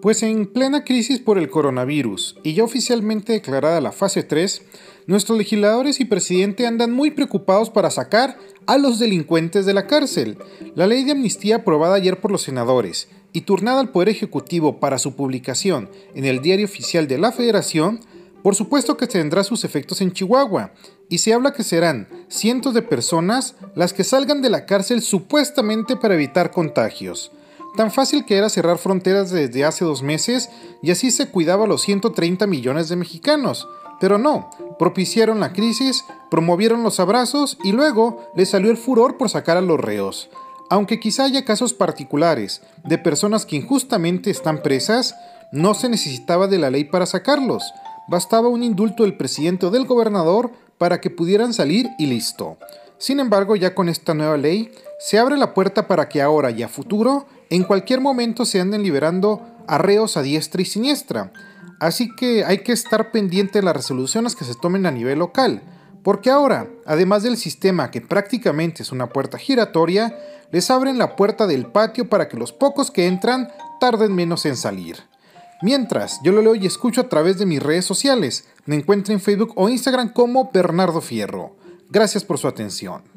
Pues en plena crisis por el coronavirus y ya oficialmente declarada la fase 3, nuestros legisladores y presidente andan muy preocupados para sacar a los delincuentes de la cárcel. La ley de amnistía aprobada ayer por los senadores y turnada al Poder Ejecutivo para su publicación en el Diario Oficial de la Federación, por supuesto que tendrá sus efectos en Chihuahua, y se habla que serán cientos de personas las que salgan de la cárcel supuestamente para evitar contagios. Tan fácil que era cerrar fronteras desde hace 2 meses y así se cuidaba a los 130 millones de mexicanos. Pero no, propiciaron la crisis, promovieron los abrazos y luego les salió el furor por sacar a los reos. Aunque quizá haya casos particulares de personas que injustamente están presas, no se necesitaba de la ley para sacarlos. Bastaba un indulto del presidente o del gobernador para que pudieran salir y listo. Sin embargo, ya con esta nueva ley, se abre la puerta para que ahora y a futuro, en cualquier momento se anden liberando a reos a diestra y siniestra. Así que hay que estar pendiente de las resoluciones que se tomen a nivel local, porque ahora, además del sistema que prácticamente es una puerta giratoria, les abren la puerta del patio para que los pocos que entran tarden menos en salir. Mientras, yo lo leo y escucho a través de mis redes sociales. Me encuentro en Facebook o Instagram como Bernardo Fierro. Gracias por su atención.